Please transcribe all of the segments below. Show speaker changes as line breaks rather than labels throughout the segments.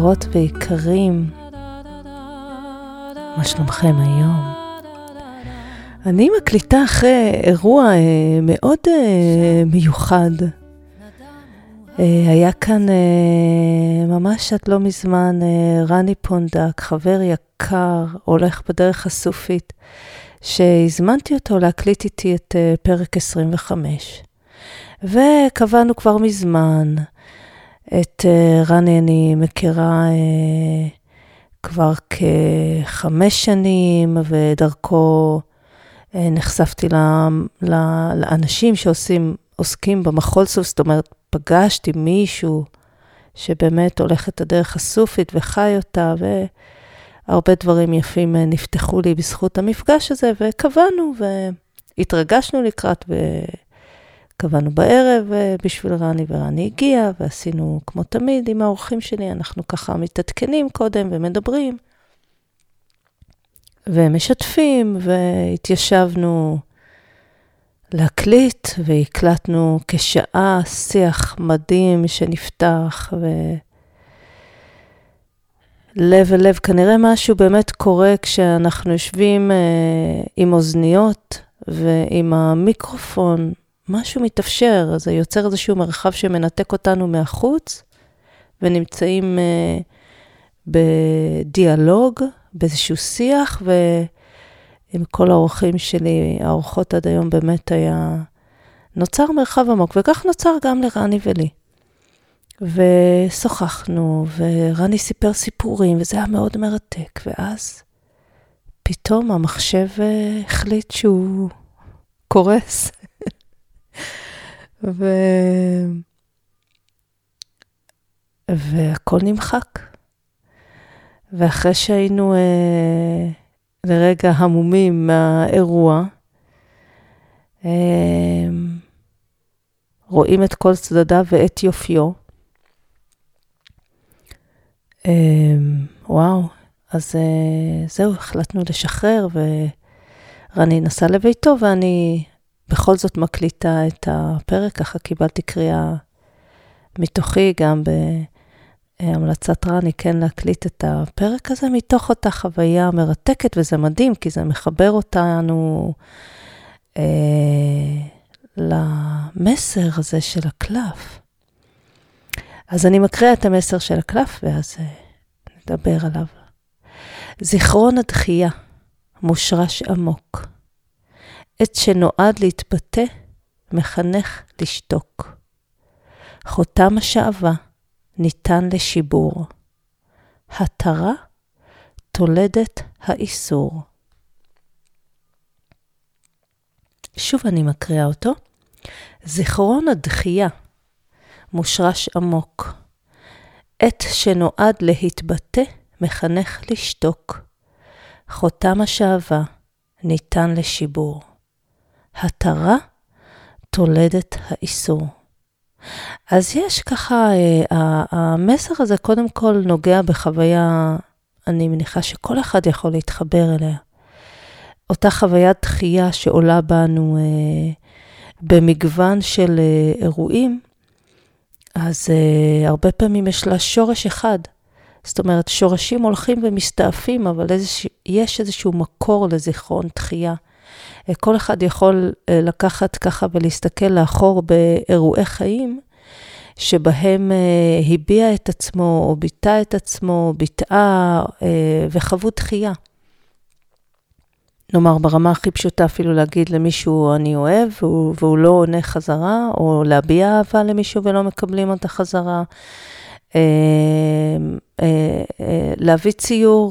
יקרות ויקרים, מה שלומכם היום? אני מקליטה אחרי אירוע מאוד מיוחד. היה כאן ממש עד לא מזמן רני פונדק, חבר יקר, הולך בדרך הסופית, שהזמנתי אותו להקליט איתי את פרק 25. וקבענו כבר מזמן. את רני אני מכירה כבר כ5 שנים, ודרכו נחשפתי לאנשים שעוסקים במחול סוף, זאת אומרת, פגשתי מישהו שבאמת הולך את הדרך הסופית וחי אותה, והרבה דברים יפים נפתחו לי בזכות המפגש הזה, וקבענו והתרגשנו לקראת, קבענו בערב בשביל רני, ורני הגיע, ועשינו כמו תמיד עם האורחים שלי, אנחנו ככה מתעדכנים קודם ומדברים, ומשתפים, והתיישבנו להקליט, והקלטנו כשעה שיח מדהים שנפתח, לב אל לב, כנראה משהו באמת קורה כשאנחנו יושבים עם אוזניות, ועם המיקרופון, משהו מתאפשר, זה יוצר איזשהו מרחב שמנתק אותנו מהחוץ, ונמצאים בדיאלוג, באיזשהו שיח, ועם כל האורחים שלי, האורחות עד היום באמת היה, נוצר מרחב עמוק, וכך נוצר גם לרני ולי. ושוחחנו, ורני סיפר סיפורים, וזה היה מאוד מרתק, ואז פתאום המחשב החליט שהוא קורס. והכל נמחק. ואחרי שהיינו לרגע המומים מהאירוע, רואים את כל צדדיו ואת יופיו. וואו, אז זהו, החלטנו לשחרר, ורני נסע לביתו, ואני בכל זאת מקליטה את הפרק, ככה קיבלתי קריאה מתוכי, גם בהמלצת רני, כן להקליט את הפרק הזה, מתוך אותה חוויה מרתקת, וזה מדהים, כי זה מחבר אותנו למסר הזה של הקלף. אז אני מקריאה את המסר של הקלף, ואז נדבר עליו. זיכרון הדחייה, מושרש עמוק. עת שנועד להתבטא, מחנך לשתוק. חותם השעבה ניתן לשיבור. התרה תולדת האיסור. שוב אני מקריאה אותו. זיכרון הדחייה, מושרש עמוק. עת שנועד להתבטא, מחנך לשתוק. חותם השעבה ניתן לשיבור. התרה תולדת האיסור. אז יש ככה, המסר הזה קודם כל נוגע בחוויה, אני מניחה שכל אחד יכול להתחבר אליה. אותה חוויית דחייה שעולה בנו במגוון של אירועים, אז הרבה פעמים יש לה שורש אחד. זאת אומרת, שורשים הולכים ומסתעפים, אבל יש איזשהו מקור לזיכרון דחייה. כל אחד יכול לקחת ככה ולהסתכל לאחור באירועי חיים, שבהם הביע את עצמו, או ביטא את עצמו, ביטאה וחוו דחייה. נאמר, ברמה הכי פשוטה אפילו להגיד למישהו אני אוהב, והוא לא עונה חזרה, או להביע אהבה למישהו ולא מקבלים אותה חזרה. להביא ציור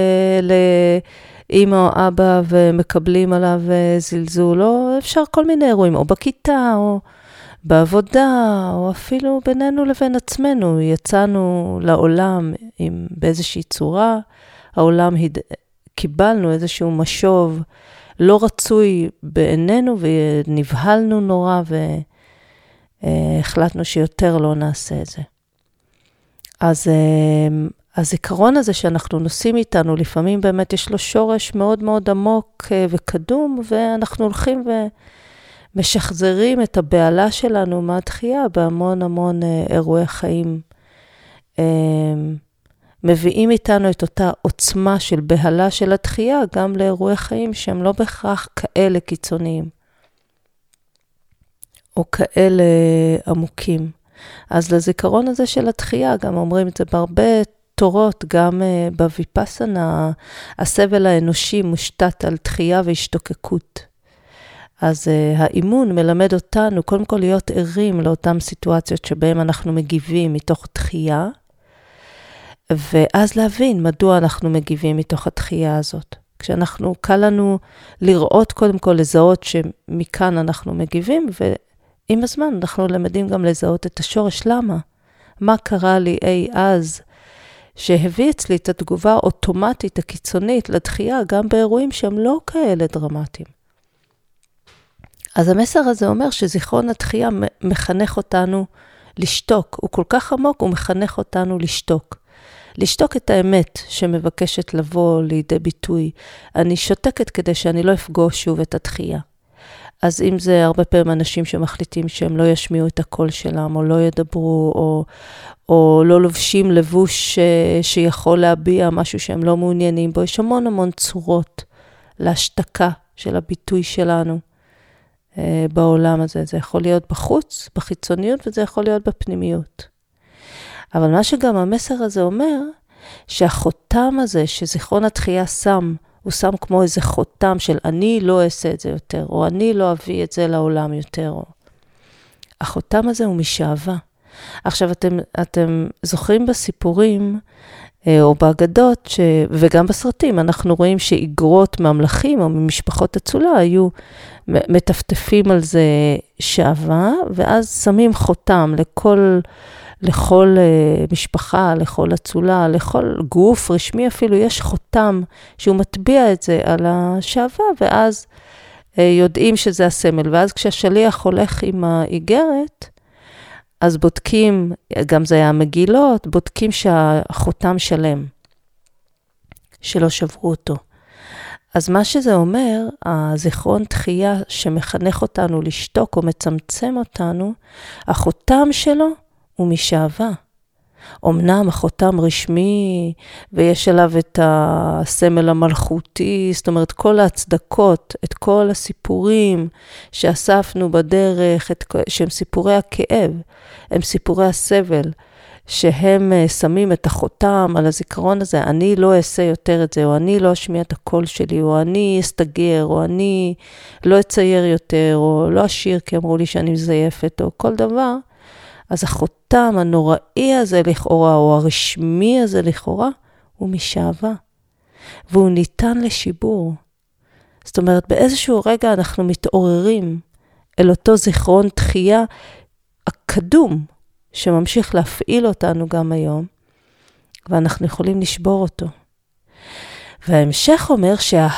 לאמא או אבא ומקבלים עליו זלזול, או אפשר כל מיני אירועים, או בכיתה, או בעבודה, או אפילו בינינו לבין עצמנו. יצאנו לעולם באיזושהי צורה, העולם קיבלנו איזשהו משוב לא רצוי בעינינו, ונבהלנו נורא, והחלטנו שיותר לא נעשה את זה. אז הזיכרון הזה שאנחנו נושאים איתנו, לפעמים באמת יש לו שורש מאוד מאוד עמוק וקדום, ואנחנו הולכים ומשחזרים את הבעלה שלנו מהדחייה בהמון המון אירועי חיים מביאים איתנו את אותה עוצמה של בהלה של התחייה, גם לאירועי חיים שהם לא בהכרח כאלה קיצוניים, או כאלה עמוקים. אז לזיכרון הזה של התחייה, גם אומרים את זה בהרבה תורות, גם בוויפאסנה, הסבל האנושי מושתת על תחייה והשתוקקות. אז האימון מלמד אותנו קודם כל להיות ערים לאותן סיטואציות שבהן אנחנו מגיבים מתוך תחייה, ואז להבין מדוע אנחנו מגיבים מתוך התחייה הזאת. כשאנחנו, קל לנו לראות קודם כל לזהות שמכאן אנחנו מגיבים, ועם הזמן אנחנו למדים גם לזהות את השורש. למה? מה קרה לי אז שהביא אצלי את התגובה האוטומטית הקיצונית לתחייה, גם באירועים שהם לא כאלה דרמטיים. אז המסר הזה אומר שזיכרון התחייה מחנך אותנו לשתוק. הוא כל כך עמוק, הוא מחנך אותנו לשתוק. לשתוק את האמת שמבקשת לבוא לידי ביטוי. אני שותקת כדי שאני לא אפגוש שוב את התחייה. אז אם זה הרבה פעמים אנשים שמחליטים שהם לא ישמיעו את הקול שלהם, או לא ידברו, או לא לובשים לבוש שיכול להביע משהו שהם לא מעוניינים בו, יש המון צורות להשתקה של הביטוי שלנו בעולם הזה. זה יכול להיות בחוץ, בחיצוניות, וזה יכול להיות בפנימיות. אבל מה שגם המסר הזה אומר, שהחותם הזה שזיכרון התחייה שם, הוא שם כמו איזה חותם של אני לא אעשה את זה יותר, או אני לא אביא את זה לעולם יותר. החותם הזה הוא משאבה. עכשיו אתם זוכרים בסיפורים, או באגדות, וגם בסרטים, אנחנו רואים שאיגרות מהמלכים או ממשפחות אצולה היו מטפטפים על זה שעבה, ואז שמים חותם לכל משפחה, לכל אצולה, לכל גוף רשמי אפילו, יש חותם שהוא מטביע את זה על השעבה, ואז יודעים שזה הסמל. ואז כשהשליח הולך עם האיגרת, אז בודקים, גם זה היה מגילות, בודקים שהחותם שלם, שלא שברו אותו. אז מה שזה אומר, הזיכרון תחייה שמחנך אותנו לשתוק או מצמצם אותנו, החותם שלו הוא משאבה. אמנם החותם רשמי, ויש עליו את הסמל המלכותי, זאת אומרת כל ההצדקות, את כל הסיפורים שאספנו בדרך, שהם סיפורי הכאב, הם סיפורי הסבל, שהם שמים את החותם על הזיכרון הזה, אני לא אעשה יותר את זה, או אני לא אשמיע את הקול שלי, או אני אסתגר, או אני לא אצייר יותר, או לא אשיר כי אמרו לי שאני מזייפת, או כל דבר. אז החותם הנוראי הזה לכאורה, או הרשמי הזה לכאורה, הוא משאבה. והוא ניתן לשיבור. זאת אומרת, באיזשהו רגע אנחנו מתעוררים אל אותו זיכרון תחייה הקדום, שממשיך להפעיל אותנו גם היום, ואנחנו יכולים לשבור אותו. וההמשך אומר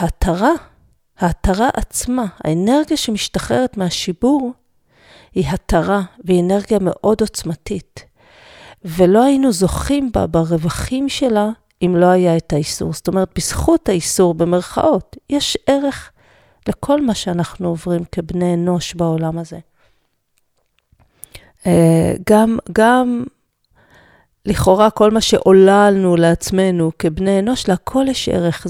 ההתרה עצמה, האנרגיה שמשתחררת מהשיבור, היא התרה והיא אנרגיה מאוד עוצמתית. ולא היינו זוכים בה ברווחים שלה אם לא היה את האיסור. זאת אומרת, בזכות האיסור במרכאות, יש ערך לכל מה שאנחנו עוברים כבני אנוש בעולם הזה. גם לכאורה כל מה שעוללנו לעצמנו כבני אנוש, להכל יש ערך.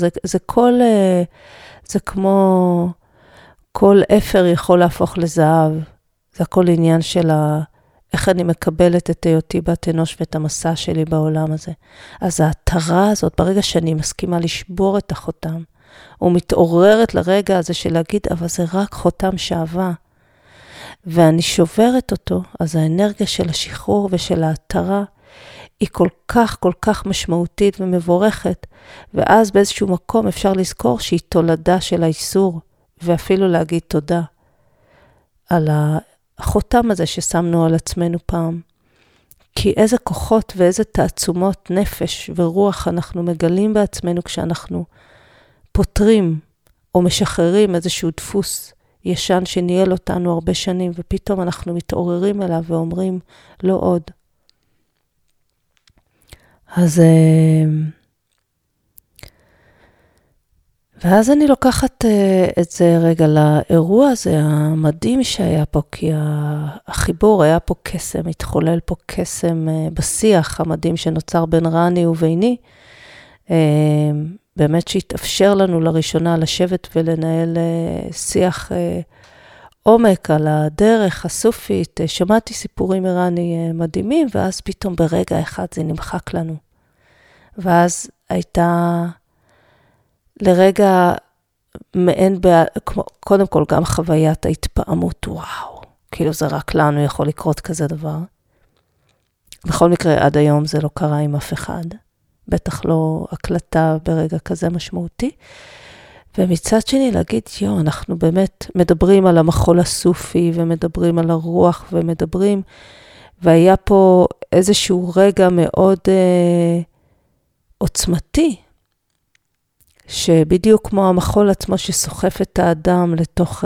זה כמו כל אפר יכול להפוך לזהב. זה הכל עניין של איך אני מקבלת את היותי בת אנוש ואת המסע שלי בעולם הזה. אז ההתרה הזאת, ברגע שאני מסכימה לשבור את החותם, ומתעוררת לרגע הזה של להגיד, אבל זה רק חותם שעבה, ואני שוברת אותו, אז האנרגיה של השחרור ושל ההתרה, היא כל כך משמעותית ומבורכת, ואז באיזשהו מקום אפשר לזכור שהיא תולדה של האיסור, ואפילו להגיד תודה על החותם הזה ששמנו על עצמנו פעם. כי איזה כוחות ואיזה תעצומות נפש ורוח אנחנו מגלים בעצמנו כשאנחנו פותרים או משחררים איזשהו דפוס ישן שניהל אותנו הרבה שנים, ופתאום אנחנו מתעוררים אליו ואומרים לא עוד. ואז אני לוקחת את זה רגע לאירוע הזה, המדהים שהיה פה, כי החיבור היה פה קסם, התחולל פה קסם בשיח המדהים שנוצר בין רני וביני, באמת שהתאפשר לנו לראשונה לשבת ולנהל שיח עומק על הדרך הסופית, שמעתי סיפורים מרני מדהימים, ואז פתאום ברגע אחד זה נמחק לנו. ואז הייתה לרגע מעין, קודם כל גם חוויית ההתפעמות, וואו, כאילו זה רק לנו יכול לקרות כזה דבר. בכל מקרה, עד היום זה לא קרה עם אף אחד, בטח לא הקלטה ברגע כזה משמעותי. ומצד שני להגיד, אנחנו באמת מדברים על המחול הסופי, ומדברים על הרוח, ומדברים, והיה פה איזשהו רגע מאוד עוצמתי, שבדיוק כמו המחול עצמו שסוחף את האדם לתוך,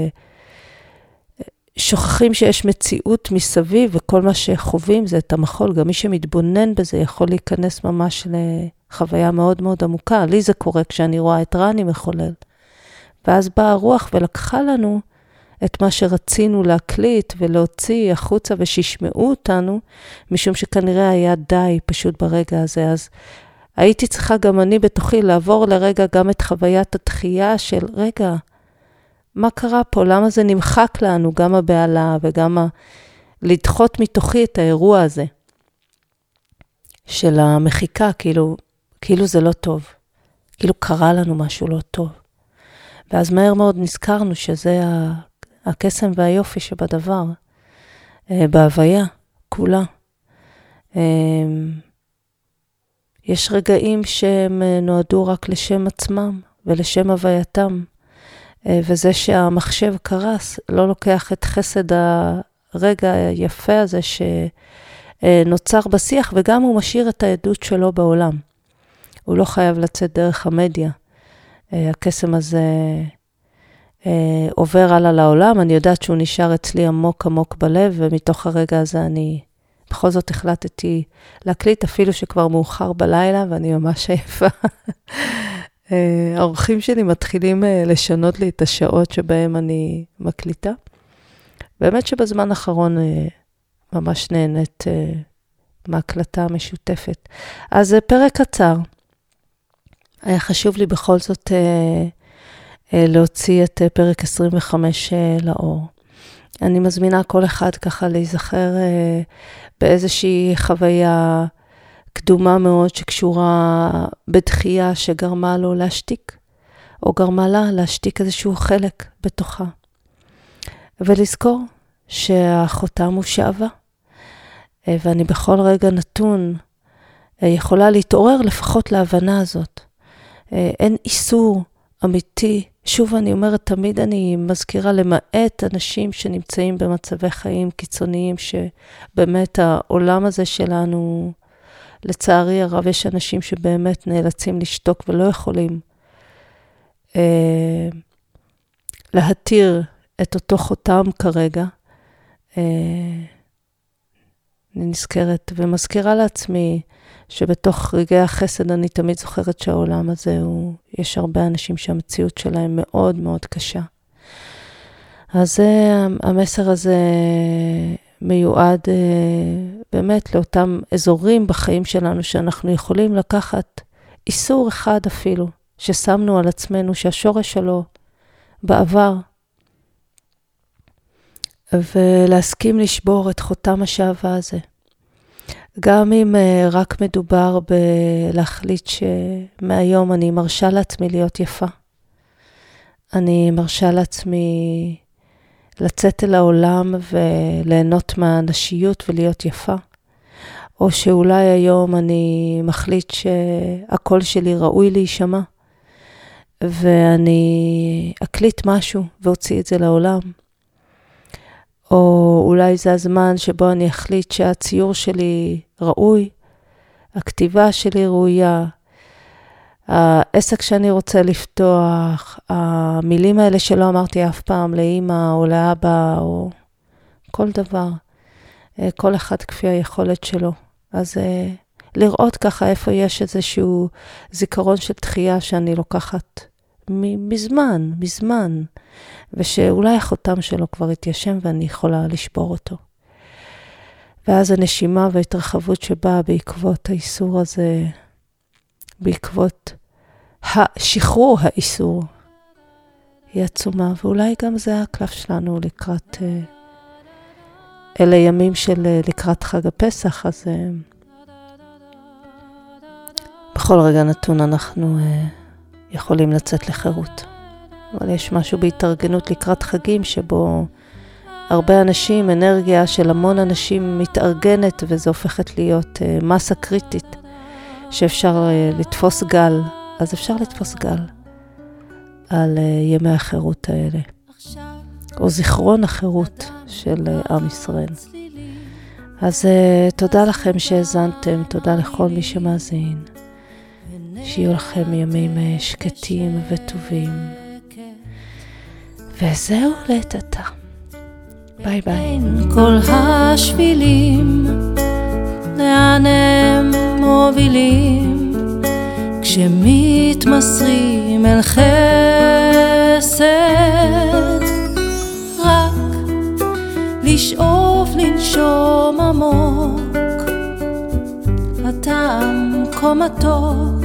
שוכחים שיש מציאות מסביב, וכל מה שחווים זה את המחול, גם מי שמתבונן בזה יכול להיכנס ממש לחוויה מאוד מאוד עמוקה. לי זה קורה כשאני רואה את רני מחולל. ואז באה הרוח ולקחה לנו את מה שרצינו להקליט ולהוציא החוצה ושישמעו אותנו, משום שכנראה היה די פשוט ברגע הזה. אז הייתי צריכה גם אני בתוכי לעבור לרגע גם את חוויית התחייה של רגע, מה קרה פה? למה זה נמחק לנו? גם הבעלה וגם לדחות מתוכי את האירוע הזה של המחיקה, כאילו זה לא טוב. כאילו קרה לנו משהו לא טוב. ואז מהר מאוד נזכרנו שזה הקסם והיופי שבדבר, בהוויה, כולה. יש רגעים שהם נועדו רק לשם עצמם ולשם הווייתם, וזה שהמחשב קרס לא לוקח את חסד הרגע היפה הזה שנוצר בשיח, וגם הוא משאיר את העדות שלו בעולם. הוא לא חייב לצאת דרך המדיה. הקסם הזה עובר הלאה לעולם, אני יודעת שהוא נשאר אצלי עמוק עמוק בלב, ומתוך הרגע הזה אני בכל זאת החלטתי להקליט, אפילו שכבר מאוחר בלילה, ואני ממש עייפה. האורחים שלי מתחילים לשנות לי את השעות שבהם אני מקליטה. באמת שבזמן האחרון ממש נהנית מהקלטה המשותפת. אז זה פרק קצר. היה חשוב לי בכל זאת להוציא את פרק 25 לאור. אני מזמינה כל אחד ככה להיזכר באיזושהי חוויה קדומה מאוד שקשורה בדחייה שגרמה לו להשתיק, או גרמה לה להשתיק איזשהו חלק בתוכה. ולזכור שהחותם הוא שעבה, ואני בכל רגע נתון יכולה להתעורר לפחות להבנה הזאת. אין איסור אמיתי. שוב אני אומרת, תמיד אני מזכירה למעט אנשים שנמצאים במצבי חיים קיצוניים, שבאמת העולם הזה שלנו, לצערי הרב, יש אנשים שבאמת נאלצים לשתוק ולא יכולים להתיר את אותו חותם כרגע. אני נזכרת ומזכירה לעצמי שבתוך רגעי החסד אני תמיד זוכרת שהעולם הזה יש הרבה אנשים שהמציאות שלהם מאוד מאוד קשה. אז המסר הזה מיועד באמת לאותם אזורים בחיים שלנו שאנחנו יכולים לקחת איסור אחד אפילו ששמנו על עצמנו, שהשורש שלו בעבר, ולהסכים לשבור את חותם השעבה הזה. גם אם רק מדובר בלהחליט שמהיום אני מרשה לעצמי להיות יפה. אני מרשה לעצמי לצאת אל העולם וליהנות מהנשיות ולהיות יפה. או שאולי היום אני מחליט שהקול שלי ראוי להישמע. ואני אקליט משהו והוציא את זה לעולם. או אולי זה הזמן שבו אני אחליט שהציור שלי ראוי, הכתיבה שלי ראויה, העסק שאני רוצה לפתוח, המילים האלה שלא אמרתי אף פעם לאמא או לאבא או כל דבר, כל אחד כפי היכולת שלו. אז לראות ככה איפה יש איזשהו זיכרון של תחייה שאני לוקחת מזמן, ושאולי החותם שלו כבר התיישם ואני יכולה לשבור אותו. ואז הנשימה וההתרחבות שבאה בעקבות האיסור הזה, בעקבות שחרור האיסור, היא עצומה, ואולי גם זה הקלף שלנו לקראת, אלה ימים של לקראת חג הפסח, אז בכל רגע נתון אנחנו יכולים לצאת לחירות. אבל יש משהו בהתארגנות לקראת חגים שבו הרבה אנשים, אנרגיה של המון אנשים מתארגנת, וזה הופכת להיות מסה קריטית שאפשר לתפוס גל, אז אפשר לתפוס גל על ימי החירות האלה, או זיכרון החירות של עם ישראל. אז תודה לכם שהזנתם, תודה לכל מי שמאזין. שיהיו לכם ימים שקטים וטובים. וזהו לעת עתה. ביי ביי.
כל השבילים, לאן הם מובילים, כשמתמסרים אל חסד, רק לשאוף לנשום עמוק, הטעם כה מתוק,